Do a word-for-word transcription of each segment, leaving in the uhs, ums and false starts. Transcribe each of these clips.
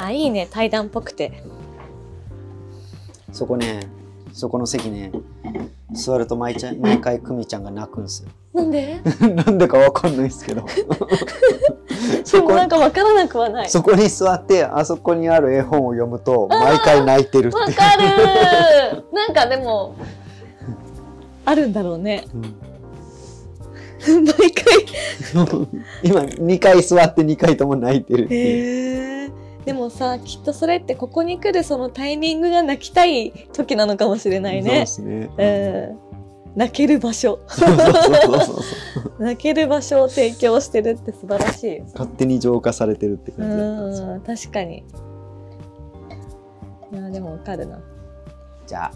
あ、いいね、対談っぽくて。 そこね、そこの席ね、座ると毎ちゃん毎回久美ちゃんが泣くんですよ。 なんで？ なんでかわかんないですけど。 でもなんかわからなくはない。 そこに座ってあそこにある絵本を読むと毎回泣いてるって。 わかる。なんかでもあるんだろうね。うん、毎回今にかい座ってにかいとも泣いてるっていう。 へー。でもさ、きっとそれってここに来るそのタイミングが泣きたい時なのかもしれないね。 そうですね。 うん、泣ける場所。泣ける場所を提供してるって素晴らしい。 勝手に浄化されてるって感じだったんですよ。 うん、確かに。いやでもわかるな。 じゃあ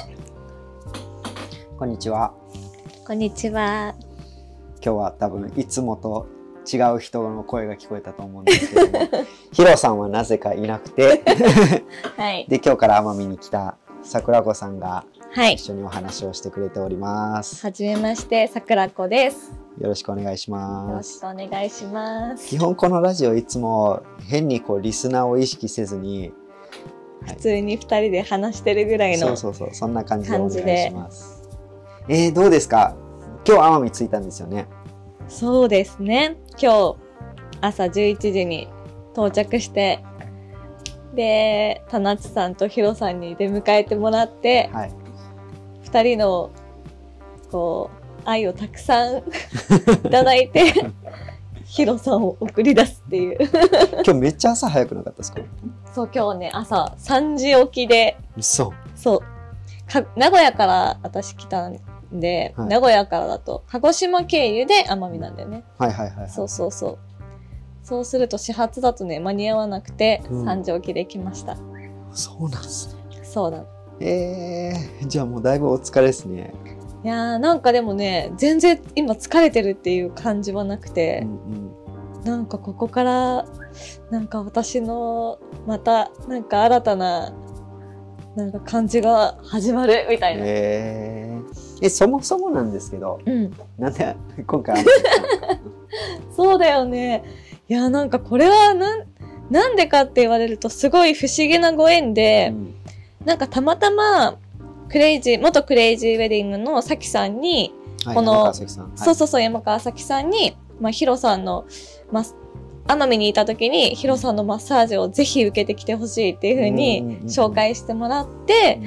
こんにちは。 こんにちは。 今日は多分いつもと違う人の声が聞こえたと思うんですけども、ヒロさんはなぜかいなくて、 はい。 で今日から奄美に来た桜子さんがはい。 一緒にお話をしてくれております。 はじめまして、桜子です。 よろしくお願いしよろします。 くお願いします。 基本このラジオいつも変にこうリスナーを意識せずに、 普通に二人で話してるぐらいの。 そうそうそう、そんな感じでお願いします。えー、どうですか？今日奄美着いたんですよね。 そうですね。今日朝じゅういちじに到着して、で、田夏さんとヒロさんに出迎えてもらって、 はい、 二人のこう愛をたくさんいただいて、ヒロさんを送り出すっていう。 今日めっちゃ朝早くなかったですか？ そう今日ね朝さんじ起きで、 そうそうか名古屋から私来たんで、はい、名古屋からだと鹿児島経由で奄美なんだよね。 はいはいはい、はい、 そうそうそう。そうすると始発だとね間に合わなくて、うん、さんじ起きで来ました。 そうなんですね。 そうだ。 えー、じゃあもうだいぶお疲れですね。 いやーなんかでもね全然今疲れてるっていう感じはなくて、うんうん、なんかここからなんか私のまたなんか新たななんか感じが始まるみたいな。 えー、えそもそもなんですけど、うん、なんで今回そうだよね。いやなんかこれはなんなんでかって言われるとすごい不思議なご縁で、うん、なんかたまたまクレイジー元クレイジーウェディングのさきさんに、はい、この、はい、そうそうそう山川さきさんに、まあ、ヒロさんの、ま、奄美にいた時にヒロさんのマッサージをぜひ受けてきてほしいっていう風に紹介してもらって、うん、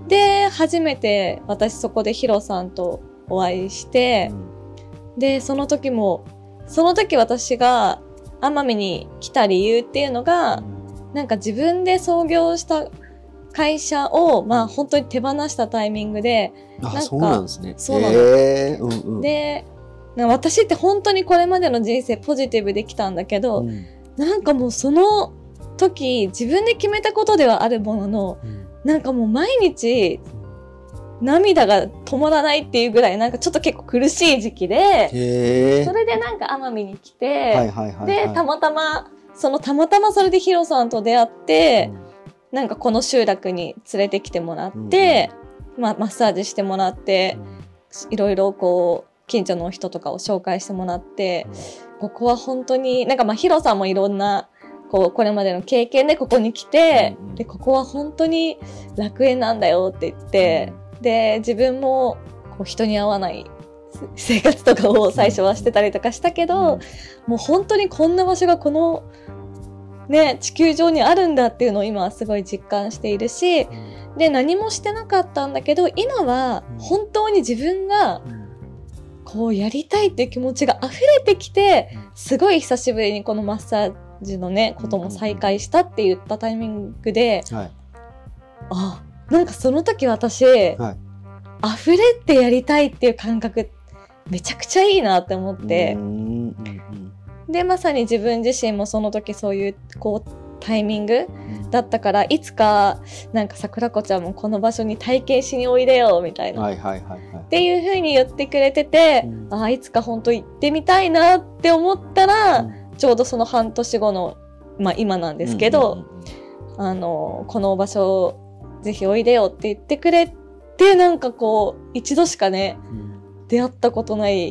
で初めて私そこでヒロさんとお会いして、うん、でその時もその時私が奄美に来た理由っていうのが、うん、なんか自分で創業した会社を、まあ本当に手放したタイミングで、 あ、なんかそうなんですね。 そうなの。 へー、うんうん、 で、なんか私って本当にこれまでの人生ポジティブできたんだけど、うん、なんかもうその時自分で決めたことではあるものの、うん、なんかもう毎日涙が止まらないっていうぐらいなんかちょっと結構苦しい時期で、 へー、 それでなんか奄美に来て、 はいはいはいはい、 で、たまたま、そのたまたまそれでヒロさんと出会って、うんなんかこの集落に連れてきてもらって、うんまあ、マッサージしてもらって、うん、いろいろこう近所の人とかを紹介してもらって、うん、ここは本当になんかまあヒロさんもいろんなこうこれまでの経験でここに来て、うん、でここは本当に楽園なんだよって言って、うん、で自分もこう人に会わない生活とかを最初はしてたりとかしたけど、うん、もう本当にこんな場所がこのね、地球上にあるんだっていうのを今はすごい実感しているし、うん、で何もしてなかったんだけど今は本当に自分がこうやりたいっていう気持ちが溢れてきてすごい久しぶりにこのマッサージのねことも再開したって言ったタイミングで、はい、あなんかその時私、はい、溢れてやりたいっていう感覚めちゃくちゃいいなって思って。うんうんでまさに自分自身もその時そういうこうタイミングだったから、いつかなんか桜子ちゃんもこの場所に体験しにおいでよみたいな、はいはいはいはい、っていう風に言ってくれてて、うん、あいつか本当行ってみたいなって思ったら、うん、ちょうどその半年後の、まあ、今なんですけど、うんうんうん、あのこの場所ぜひおいでよって言ってくれてなんかこう一度しかね、うん、出会ったことない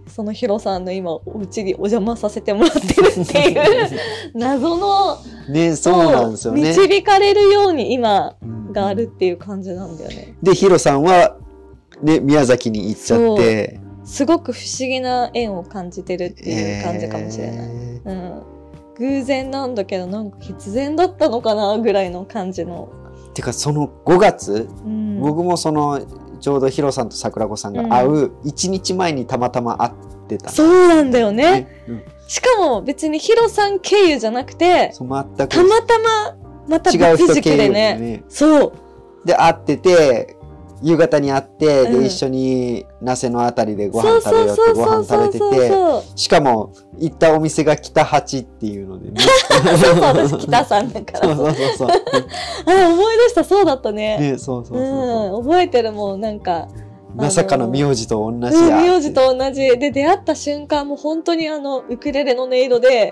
そのヒロさんの今お家にお邪魔させてもらってるっていう謎のね、そうなんですよね。 導かれるように今があるっていう感じなんだよね。 でヒロさんは、ね、宮崎に行っちゃってすごく不思議な縁を感じてるっていう感じかもしれない、えーうん、偶然なんだけどなんか必然だったのかなぐらいの感じの。 てかそのごがつ、うん、僕もそのちょうどヒロさんと桜子さんが会ういちにちまえにたまたま会ってた、 うん、そうなんだよね、ね、うん、しかも別にヒロさん経由じゃなくて全くたまたままた別軸でね、ね、そうで会ってて夕方に会って、うん、で一緒に那瀬のあたりでご飯食べようってご飯食べてて、しかも行ったお店が北八っていうのでねそうそう私北さんだからそうそうそうそうあ思い出した。そうだったね。ねそうそうそうそう、うん、覚えてるもん。なんかまさかの名字と同じや、 うん、名字と同じで出会った瞬間も本当にあのウクレレの音色で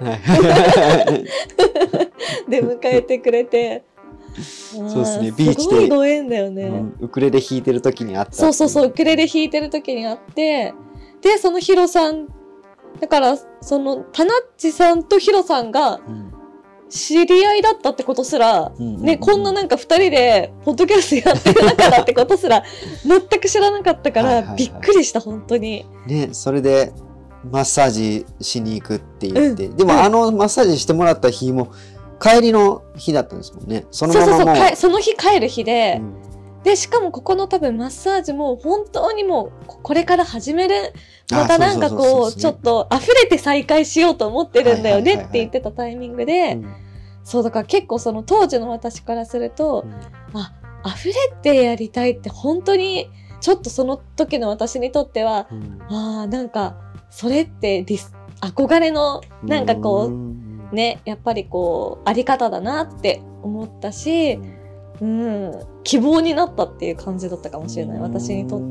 で迎えてくれてそうですね、ビーチですごいご縁だよね、 うん、ウクレレ弾いてる時に会った。 そうそうそう、ウクレレ弾いてる時に会って、でそのヒロさんだからそのタナッチさんとヒロさんが知り合いだったってことすら、うん、ね、こんななんかふたりでポッドキャストやってる中だってことすら全く知らなかったから、はいはいはい、びっくりした本当に。 ね、それでマッサージしに行くって言って、うん、でもあのマッサージしてもらった日も帰りの日だったんですもんね。そのままもうそうそうそう、その日帰る日で、うん、でしかもここの多分マッサージも本当にもうこれから始める、またなんかこうちょっと溢れて再開しようと思ってるんだよねって言ってたタイミングで、うん、そうだから結構その当時の私からすると、うん、あ溢れてやりたいって本当にちょっとその時の私にとっては、うん、あなんかそれってディス憧れのなんかこう、うんね、やっぱりこうあり方だなって思ったし、うん、希望になったっていう感じだったかもしれない私にとって。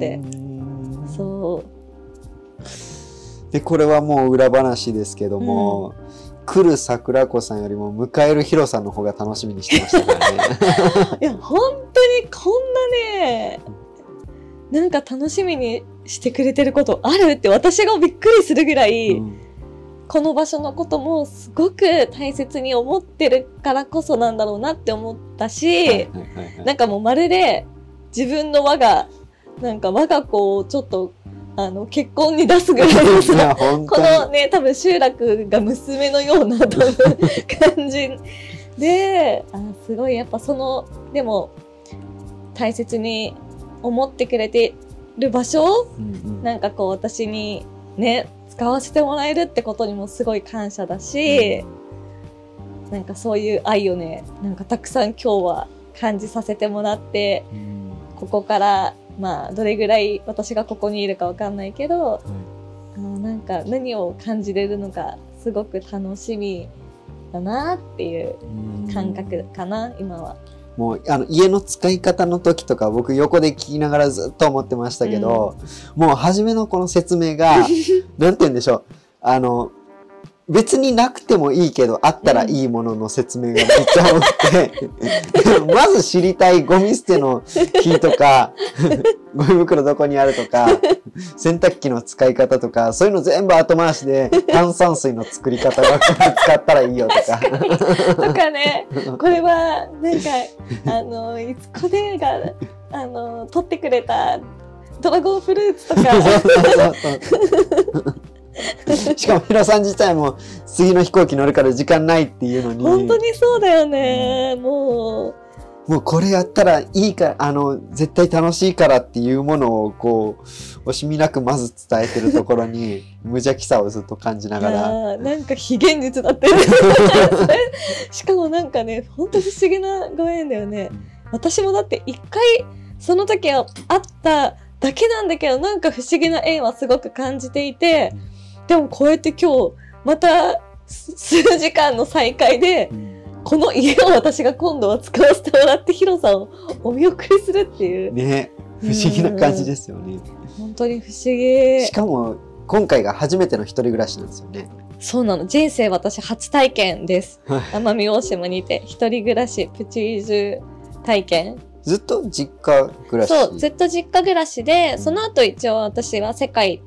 そうでこれはもう裏話ですけども、うん、来る桜子さんよりも迎えるヒロさんの方が楽しみにしてましたからね。 いや本当にこんなねなんか楽しみにしてくれてることあるって私がびっくりするぐらい、うん、この場所のこともすごく大切に思ってるからこそなんだろうなって思ったし、なんかもうまるで自分の我がなんか我が子をちょっとあの結婚に出すぐらいのさこのね多分集落が娘のような多分感じで、あすごいやっぱそのでも大切に思ってくれてる場所、うんうん、なんかこう私にね使わせてもらえるってことにもすごい感謝だし、うん、なんかそういう愛をねなんかたくさん今日は感じさせてもらって、うん、ここからまあどれぐらい私がここにいるかわかんないけど、うん、あのなんか何を感じれるのかすごく楽しみだなっていう感覚かな、うん、今は。 もうあの家の使い方の時とか僕横で聞きながらずっと思ってましたけど、うん、もう初めのこの説明がなんて言うんでしょう、あの別になくてもいいけどあったらいいものの説明がめっちゃ多くて、うん、まず知りたいゴミ捨ての日とかゴミ袋どこにあるとか洗濯機の使い方とかそういうの全部後回しで炭酸水の作り方は使ったらいいよとかとかね、これはなんかあのいつこでがあの取ってくれたドラゴンフルーツとかしかもヒロさん自体も次の飛行機乗るから時間ないっていうのに本当にそうだよね、うん、もうもうこれやったらいいかあの絶対楽しいからっていうものをこう惜しみなくまず伝えてるところに無邪気さをずっと感じながらなんか非現実だってしかもなんかね本当不思議なご縁だよね、うん、私もだって一回その時はあっただけなんだけどなんか不思議な縁はすごく感じていて、うんでもこうやって今日また数時間の再会で、うん、この家を私が今度は使わせてもらってヒロさんをお見送りするっていうね、不思議な感じですよね。 本当に不思議。 しかも今回が初めての一人暮らしなんですよね。 そうなの、人生私初体験です奄美大島にて一人暮らしプチ移住体験。 ずっと実家暮らし。 そうずっと実家暮らしで、うん、その後一応私は世界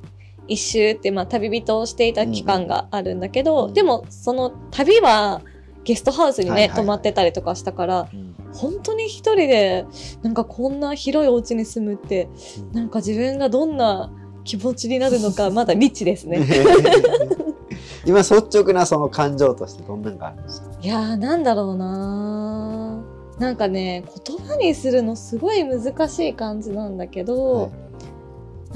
一周って、まあ、旅人をしていた期間があるんだけど、 うん、 でもその旅はゲストハウスにね、 はいはいはい、 泊まってたりとかしたから、うん、本当に一人でなんかこんな広いお家に住むって、うん、なんか自分がどんな気持ちになるのかまだ未知ですね。 今率直なその感情としてどんなのがあるんですか？ いやー、なんだろうなー、なんかね、言葉にするのすごい難しい感じなんだけど、はい、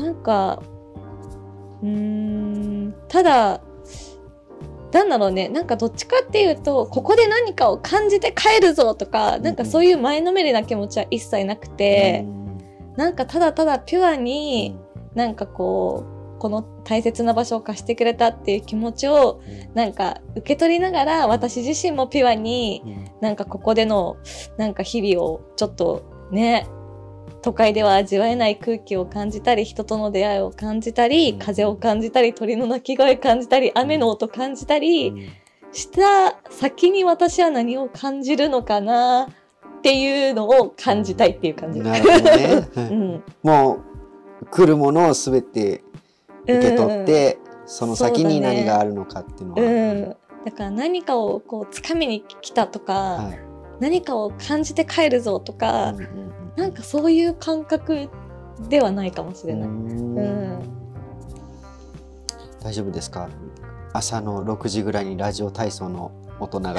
なんかうーんただなんだろうね、なんかどっちかっていうとここで何かを感じて帰るぞとか、なんかそういう前のめりな気持ちは一切なくて、うん、なんかただただピュアに、うん、なんかこうこの大切な場所を貸してくれたっていう気持ちをなんか受け取りながら、私自身もピュアになんかここでのなんか日々をちょっとね、都会では味わえない空気を感じたり、人との出会いを感じたり、風を感じたり、鳥の鳴き声感じたり、雨の音感じたりした先に私は何を感じるのかなっていうのを感じたいっていう感じ。 なるほどね、うん、もう来るものを全て受け取って、うん、その先に何があるのかっていうのは、 うん、だから何かをこう掴みに来たとか、はい、何かを感じて帰るぞとか、うんうんうん、なんかそういう感覚ではないかもしれない。うん、 大丈夫ですか？朝のろくじぐらいにラジオ体操の音流れ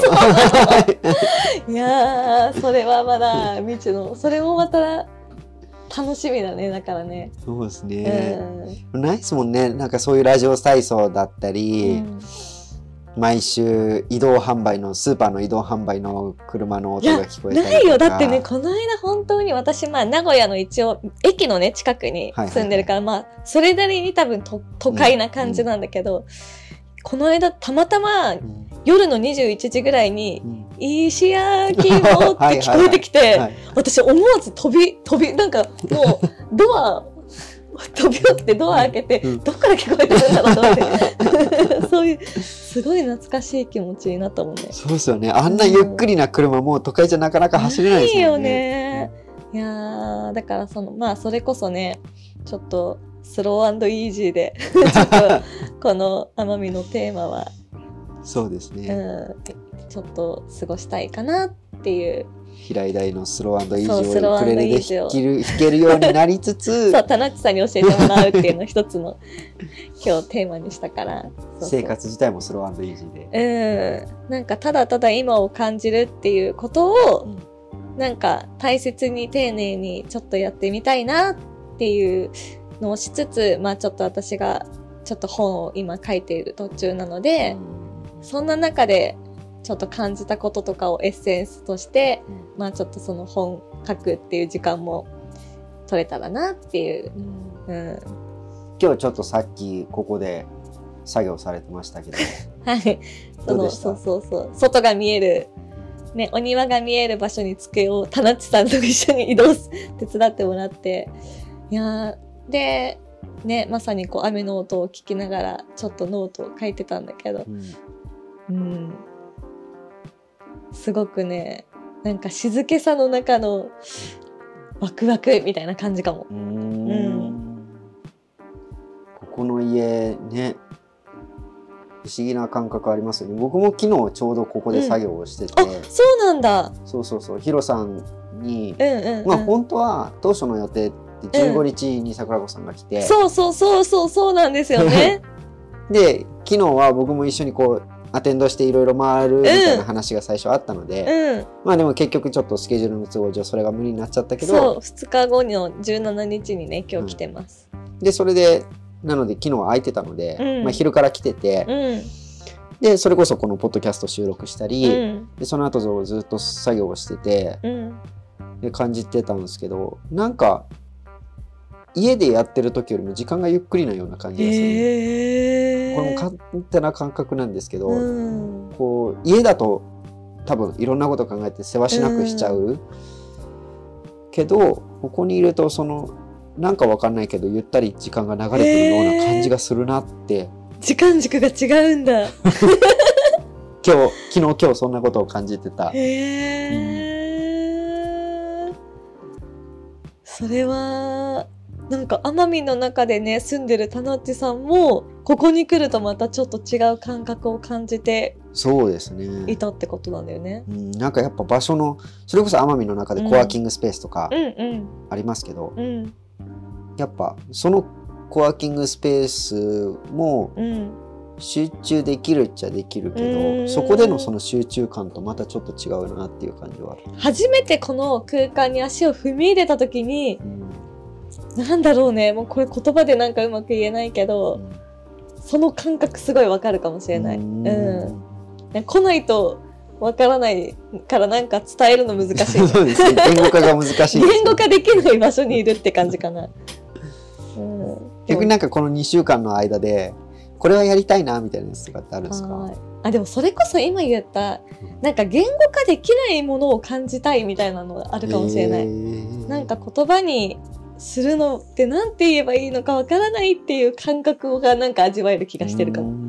ですよ。 いやー、それはまだ未知の、それもまた楽しみだね。だからね。 そうですね。うん、ないですもんね。なんかそういうラジオ体操だったり、うん、毎週移動販売のスーパーの移動販売の車の音が聞こえたりとか。 ないよ。だってね、この間本当に私、まあ名古屋の一応駅のね近くに住んでるから、はいはいはい、まあそれなりに多分と都会な感じなんだけど、うんうん、この間たまたま夜のにじゅういちじぐらいに、うん、石焼きもって聞こえてきて、はいはいはい、私思わず飛び飛びなんかもうドア飛び降ってドア開けて、うん、どっから聞こえてるんだろうと思ってそういうすごい懐かしい気持ちになったもんね。 そうですよね。あんなゆっくりな車、うん、もう都会じゃなかなか走れないですよね。 ないよね、うん、いやー、だからそのまあそれこそね、ちょっとスロー&イージーでちょっとこの奄美のテーマはそうですね、 うん、ちょっと過ごしたいかなっていう。 平井大のスロー&イージーをウクレレで弾ける、弾けるようになりつつそう、田中さんに教えてもらうっていうのを一つの今日テーマにしたから。そうそう、 生活自体もスロー&イージーで、 うん、なんかただただ今を感じるっていうことを、うん、なんか大切に丁寧にちょっとやってみたいなっていうのをしつつ、まあちょっと私がちょっと本を今書いている途中なので、うん、そんな中でちょっと感じたこととかをエッセンスとして、うん、まあちょっとその本書くっていう時間も取れたらなっていう、うんうん、 今日ちょっとさっきここで作業されてましたけどはい、そのそうそうそう外が見えるね、お庭が見える場所に机を田中さんと一緒に移動す手伝ってもらって、いやでね、まさにこう雨の音を聞きながらちょっとノートを書いてたんだけど、うん、うんすごくね、なんか静けさの中のワクワクみたいな感じかも。うーん、うん、 ここの家ね、不思議な感覚ありますよね。僕も昨日ちょうどここで作業をしてて、うん、 あ、そうなんだ。 そうそうそう、ヒロさんに、 うんうんうん、 まあ本当は当初の予定ってじゅうごにちに桜子さんが来て、 うん、そうそうそうそうそうなんですよね。 で昨日は僕も一緒にこうアテンドしていろいろ回るみたいな話が最初あったので、うん、まあでも結局ちょっとスケジュールの都合上それが無理になっちゃったけど、 そうふつかごのじゅうしちにちにね今日来てます、 うん、でそれでなので昨日は空いてたので、うん、まあ、昼から来てて、うん、でそれこそこのポッドキャスト収録したり、うん、でその後ずっと作業をしてて、うん、で感じてたんですけど、なんか家でやってる時よりも時間がゆっくりなような感じがする、えー、これも勝手な感覚なんですけど、うん、こう家だと多分いろんなこと考えてせわしなくしちゃう、うん、けどここにいるとそのなんかわかんないけどゆったり時間が流れてるような感じがするなって、えー、時間軸が違うんだ今日昨日今日そんなことを感じてた。 へー、うん、それはなんか奄美の中でね住んでる田之内さんもここに来るとまたちょっと違う感覚を感じてそうですねいたってことなんだよね。 うん、なんかやっぱ場所のそれこそ奄美の中でコワーキングスペースとかありますけど、 うんうん、 やっぱそのコワーキングスペースも集中できるっちゃできるけど、うん、そこでのその集中感とまたちょっと違うなっていう感じはある。 初めてこの空間に足を踏み入れた時に、うん、なんだろうね、もうこれ言葉でなんかうまく言えないけど、うん、その感覚すごいわかるかもしれない。うん、うん、来ないとわからないからなんか伝えるの難しい。 そうですね。言語化が難しいですね。 言語化できない場所にいるって感じかな。 うん、逆になんかこのにしゅうかんの間でこれはやりたいなみたいなやつとかってあるんですか？ あ、でもそれこそ今言ったなんか言語化できないものを感じたいみたいなのがあるかもしれない。なんか言葉にするのってなんて言えばいいのかわからないっていう感覚がなんか味わえる気がしてるかも。うん、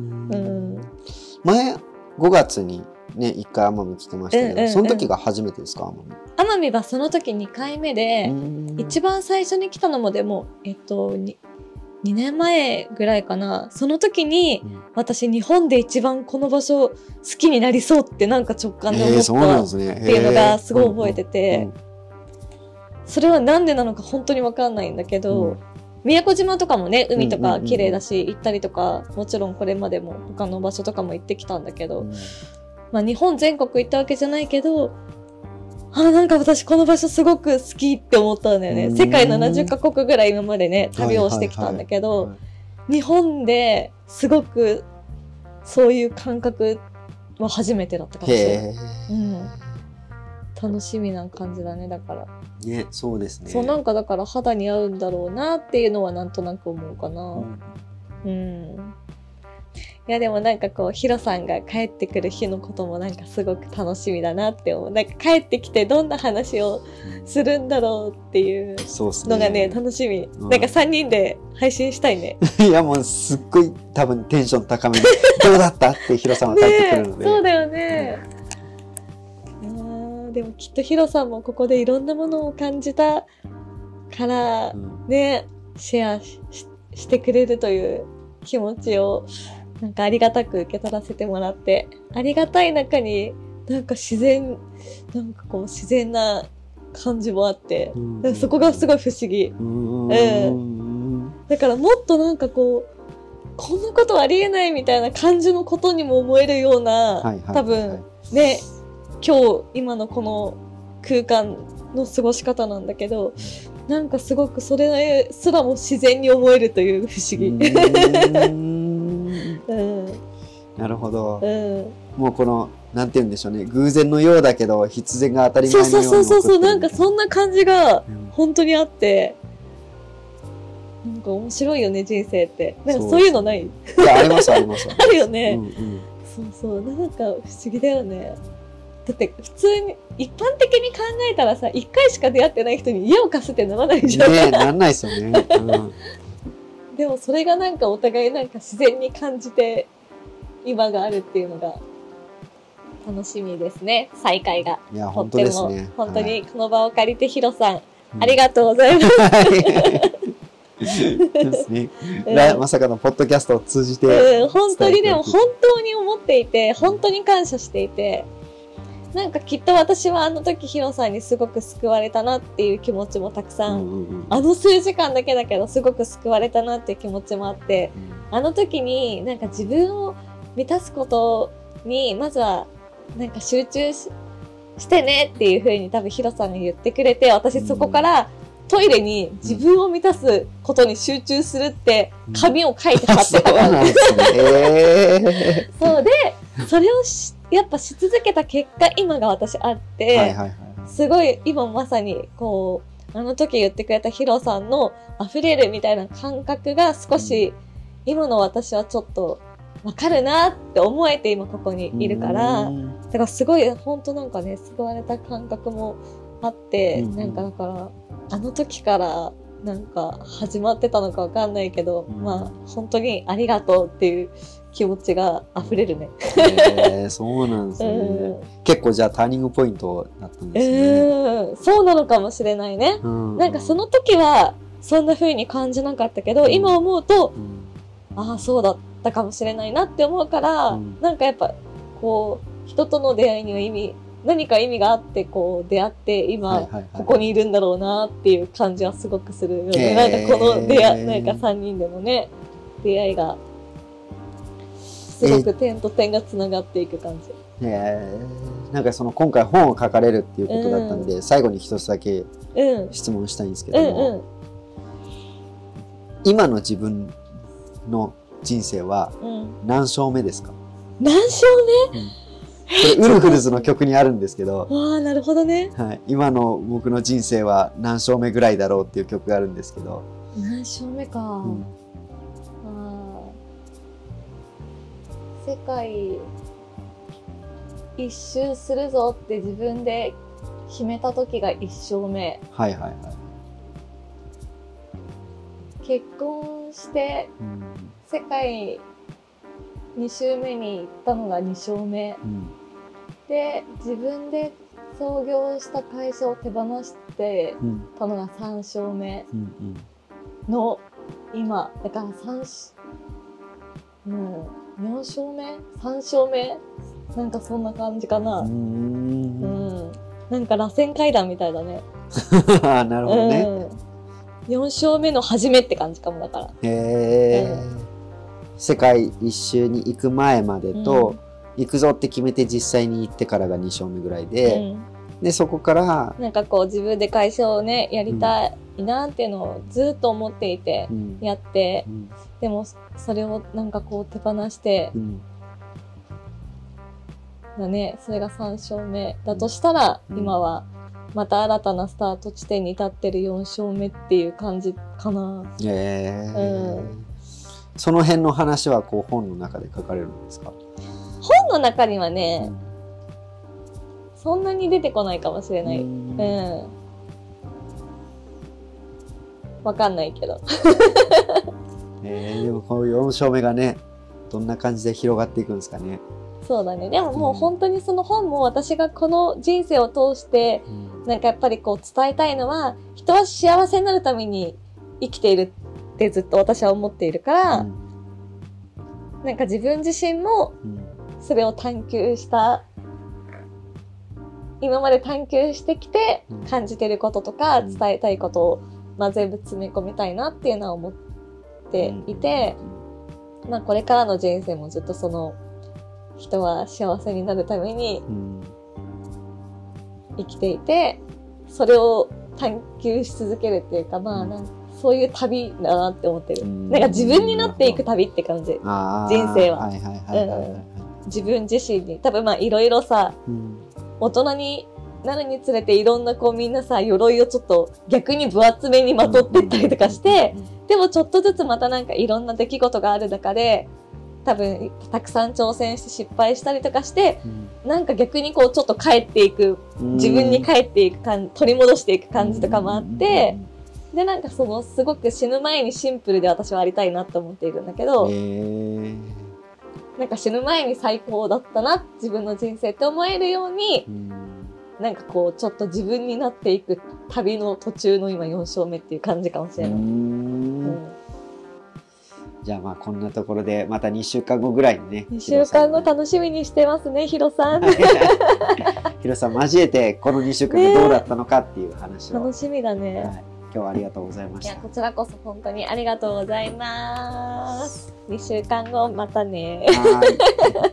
前ごがつにね一回奄美来てましたけど、うんうんうん、その時が初めてですか？奄美奄美はその時にかいめで、一番最初に来たのもでもえっとににねんまえぐらいかな。その時に、うん、私日本で一番この場所好きになりそうってなんか直感で思ったっていうのがすごい覚えてて、それはなんでなのか本当に分かんないんだけど、うん、宮古島とかもね海とか綺麗だし、行ったりとかもちろんこれまでも他の場所とかも行ってきたんだけど、うん、まあ日本全国行ったわけじゃないけど、あ、なんか私この場所すごく好きって思ったんだよね。世界ななじゅっかこくぐらい今までね旅をしてきたんだけど、はいはいはい、日本ですごくそういう感覚は初めてだったかもしれない、うん、楽しみな感じだね。だからね、そうですね。 そう、なんかだから肌に合うんだろうなっていうのはなんとなく思うかな。うん、うんいやでもなんかこうヒロさんが帰ってくる日のこともなんかすごく楽しみだなって思う。なんか帰ってきてどんな話をするんだろうっていうのが ね, ね楽しみ、うん、なんかさんにんで配信したいね。 いやもうすっごい多分テンション高めでどうだったってヒロさんは帰ってくるので、 ね、そうだよね、うん、あでもきっとヒロさんもここでいろんなものを感じたからね、うん、シェア し, してくれるという気持ちをなんかありがたく受け取らせてもらって、ありがたい中になんか自然なんかこう自然な感じもあって、うん、そこがすごい不思議、うんうん、だからもっとなんかこうこんなことありえないみたいな感じのことにも思えるような、はいはいはいはい、多分ね今日今のこの空間の過ごし方なんだけど、なんかすごくそれすらも自然に思えるという不思議。 うん、なるほど、うん、もうこのなんて言うんでしょうね、偶然のようだけど必然が当たり前のようにそうそうそうそう、なんかそんな感じが本当にあって、うん、なんか面白いよね人生って。なんかそういうのない？ いやありますありますあるよね、うんうん、そうそうなんか不思議だよね。だって普通に一般的に考えたらさいっかいしか出会ってない人に家を貸すってならないじゃん。 ねなんないですよね、うんでもそれがなんかお互いなんか自然に感じて今があるっていうのが楽しみですね。再会が。 いや本当ですね。 本当にこの場を借りてヒロさん、はい、ありがとうございます。 ですね、うん、まさかのポッドキャストを通じて、 うん、本当にでも本当に思っていて本当に感謝していて、なんかきっと私はあの時ヒロさんにすごく救われたなっていう気持ちもたくさん、うんうんうん、あの数時間だけだけどすごく救われたなっていう気持ちもあって、うん、あの時になんか自分を満たすことにまずはなんか集中 し, してねっていう風に多分ヒロさんが言ってくれて、私そこからトイレに自分を満たすことに集中するって紙を書いて貼ってたから、うん、そうなんですね。そうでそれをしやっぱし続けた結果今が私あって、はいはいはい、すごい今まさにこうあの時言ってくれたヒロさんの溢れるみたいな感覚が少し今の私はちょっとわかるなって思えて今ここにいるから、だからすごい本当なんかね救われた感覚もあって、なんかだからあの時からなんか始まってたのかわかんないけど、まあ本当にありがとうっていう気持ちが溢れるね。 えー、そうなんですね、うん。結構じゃあターニングポイントだったんですね。 うん、そうなのかもしれないね。うん、なんかその時はそんな風に感じなかったけど、今思うと、 うんああ、そうだったかもしれないなって思うから、 うんなんかやっぱ、こう、人との出会いには意味、何か意味があって、こう、出会って、今、 はいはいはいここにいるんだろうなっていう感じはすごくするよね。 へーなんかこの出会い、なんかさんにんでのね、出会いが、すごく点と点がつながっていく感じ。 えー、なんかその今回本を書かれるっていうことだったんで、うん、最後に一つだけ質問したいんですけども、うんうん、今の自分の人生は何章目ですか？ うん、何章目？うん、 これウルフルズの曲にあるんですけど、 ああ、なるほどね、 はい、今の僕の人生は何章目ぐらいだろうっていう曲があるんですけど、 何章目か、うん、あ世界一周するぞって自分で決めた時が一章目。 はいはいはい。 結婚して世界に周目に行ったのがに章目、うん、で自分で創業した会社を手放してたのがさん章目の今だからさん、うん、よん章目さん章目なんかそんな感じかな。うん、うん、なんか螺旋階段みたいだね。 なるほどね、 うん、よん章目の初めって感じかもだから。 へー、うん、世界一周に行く前までと、うん、行くぞって決めて実際に行ってからがに章目ぐらいで、うん、でそこからなんかこう自分で会社をねやりたいなっていうのをずっと思っていてやって、うんうん、でもそれをなんかこう手放して、うんだね、それがさん章目だとしたら、うん、今はまた新たなスタート地点に立ってるよん章目っていう感じかな。 へー、うん、その辺の話はこう本の中で書かれるんですか？ 本の中にはね、うん、そんなに出てこないかもしれない。うん、うん、わかんないけど。 えー、でもこのよん章目がねどんな感じで広がっていくんですかね。 そうだね。でももう本当にその本も私がこの人生を通してなんかやっぱりこう伝えたいのは、人は幸せになるために生きているってずっと私は思っているから、うん、なんか自分自身もそれを探求した、今まで探求してきて感じてることとか伝えたいことを、まあ、全部詰め込みたいなっていうのは思っていて、まあこれからの人生もずっとその人は幸せになるために生きていて、それを探求し続けるっていうか、まあなんかそういう旅だなって思ってる。なんか自分になっていく旅って感じ。人生は。自分自身に。多分まあいろいろさ、うん、大人になるにつれていろんなこうみんなさ、鎧をちょっと逆に分厚めにまとってったりとかして、でもちょっとずつまたなんかいろんな出来事がある中で、多分たくさん挑戦して失敗したりとかして、うん、なんか逆にこうちょっと帰っていく、自分に帰っていく感じ、取り戻していく感じとかもあって、でなんかそのすごく死ぬ前にシンプルで私はありたいなと思っているんだけど、なんか死ぬ前に最高だったな自分の人生って思えるように、なんかこうちょっと自分になっていく旅の途中の今よん章目っていう感じかもしれない。 じゃあまあこんなところでまたにしゅうかんごぐらいにね。 にしゅうかんご楽しみにしてますね、ヒロさん。 ヒロさん交えてこのにしゅうかんがどうだったのかっていう話を、 ね、楽しみだね、はい。 今日はありがとうございました。 いやこちらこそ本当にありがとうございます。にしゅうかんごまたね。はい